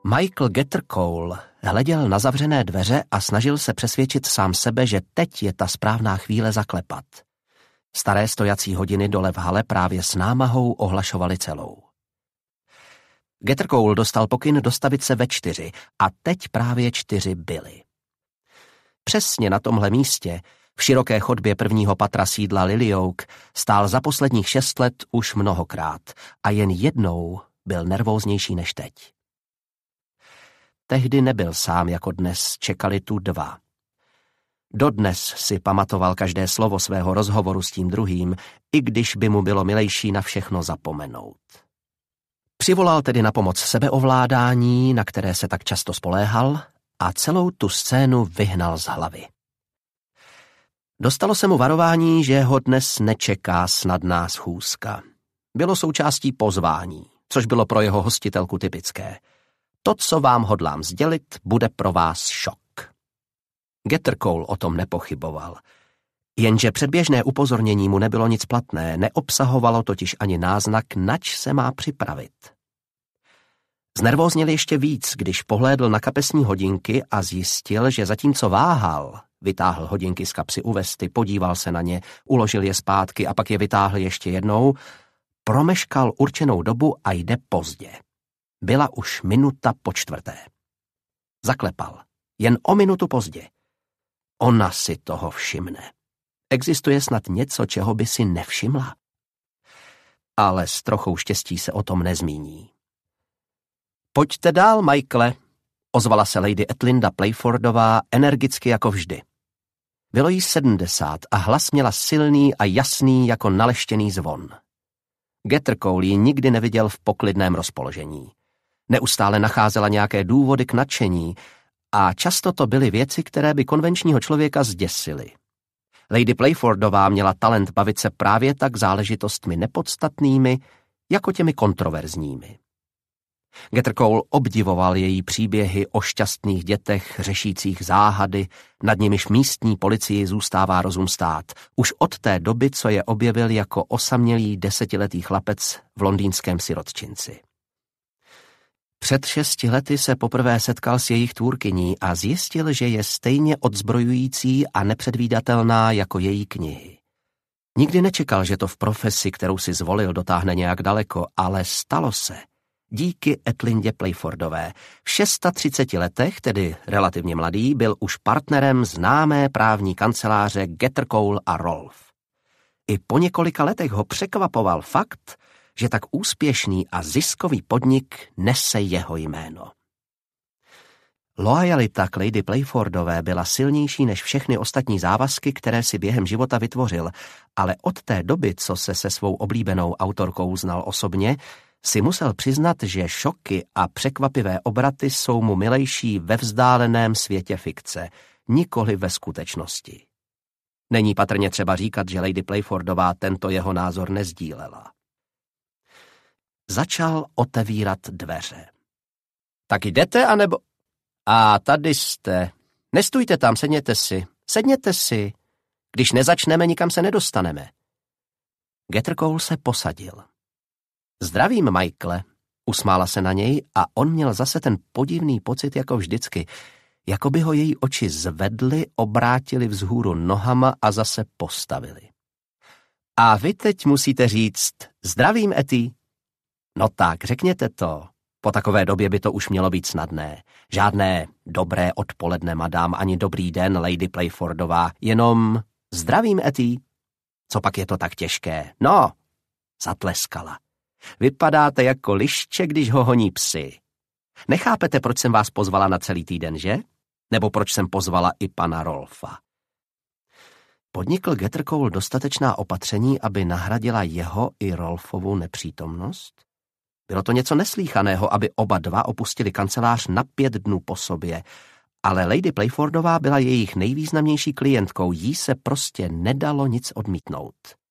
Michael Gattercole hleděl na zavřené dveře a snažil se přesvědčit sám sebe, že teď je ta správná chvíle zaklepat. Staré stojací hodiny dole v hale právě s námahou ohlašovaly celou. Gattercole dostal pokyn dostavit se ve 4 a teď právě 4 byly. Přesně na tomhle místě, v široké chodbě prvního patra sídla Lily Oak, stál za posledních 6 let už mnohokrát a jen jednou byl nervóznější než teď. Tehdy nebyl sám jako dnes, čekali tu 2. Dodnes si pamatoval každé slovo svého rozhovoru s tím druhým, i když by mu bylo milejší na všechno zapomenout. Přivolal tedy na pomoc sebeovládání, na které se tak často spoléhal, a celou tu scénu vyhnal z hlavy. Dostalo se mu varování, že ho dnes nečeká snadná schůzka. Bylo součástí pozvání, což bylo pro jeho hostitelku typické. To, co vám hodlám sdělit, bude pro vás šok. Gattercole o tom nepochyboval. Jenže předběžné upozornění mu nebylo nic platné, neobsahovalo totiž ani náznak, nač se má připravit. Znervózněl ještě víc, když pohlédl na kapesní hodinky a zjistil, že zatímco váhal, vytáhl hodinky z kapsy u vesty, podíval se na ně, uložil je zpátky a pak je vytáhl ještě jednou, promeškal určenou dobu a jde pozdě. Byla už 1:04. Zaklepal. Jen o 1 pozdě. Ona si toho všimne. Existuje snad něco, čeho by si nevšimla? Ale s trochou štěstí se o tom nezmíní. Pojďte dál, Michaele, ozvala se lady Ethelinda Playfordová energicky jako vždy. Bylo jí 70 a hlas měla silný a jasný jako naleštěný zvon. Gattercole ji nikdy neviděl v poklidném rozpoložení. Neustále nacházela nějaké důvody k nadšení a často to byly věci, které by konvenčního člověka zděsily. Lady Playfordová měla talent bavit se právě tak záležitostmi nepodstatnými, jako těmi kontroverzními. Gattercole obdivoval její příběhy o šťastných dětech řešících záhady, nad nimiž místní policii zůstává rozum stát, už od té doby, co je objevil jako osamělý 10letý chlapec v londýnském sirotčinci. Před 6 lety se poprvé setkal s jejich tvůrkyní a zjistil, že je stejně odzbrojující a nepředvídatelná jako její knihy. Nikdy nečekal, že to v profesi, kterou si zvolil, dotáhne nějak daleko, ale stalo se. Díky Ethelindě Playfordové. V 36 letech, tedy relativně mladý, byl už partnerem známé právní kanceláře Gattercole a Rolfe. I po několika letech ho překvapoval fakt, že tak úspěšný a ziskový podnik nese jeho jméno. Loajalita k lady Playfordové byla silnější než všechny ostatní závazky, které si během života vytvořil, ale od té doby, co se svou oblíbenou autorkou znal osobně, si musel přiznat, že šoky a překvapivé obraty jsou mu milejší ve vzdáleném světě fikce, nikoli ve skutečnosti. Není patrně třeba říkat, že lady Playfordová tento jeho názor nezdílela. Začal otevírat dveře. Tak jdete, anebo... A tady jste. Nestůjte tam, sedněte si. Když nezačneme, nikam se nedostaneme. Gattercole se posadil. Zdravím, Michaele, usmála se na něj a on měl zase ten podivný pocit jako vždycky, jako by ho její oči zvedly, obrátili vzhůru nohama a zase postavili. A vy teď musíte říct, zdravím, Etty. No tak, řekněte to. Po takové době by to už mělo být snadné. Žádné dobré odpoledne, madám, ani dobrý den, lady Playfordová, jenom zdravím, Etty. Co pak je to tak těžké? No, zatleskala. Vypadáte jako lišče, když ho honí psi. Nechápete, proč jsem vás pozvala na celý týden, že? Nebo proč jsem pozvala i pana Rolfa? Podnikl Gattercole dostatečná opatření, aby nahradila jeho i Rolfovu nepřítomnost? Bylo to něco neslýchaného, aby oba dva opustili kancelář na 5 dnů po sobě, ale lady Playfordová byla jejich nejvýznamnější klientkou, jí se prostě nedalo nic odmítnout.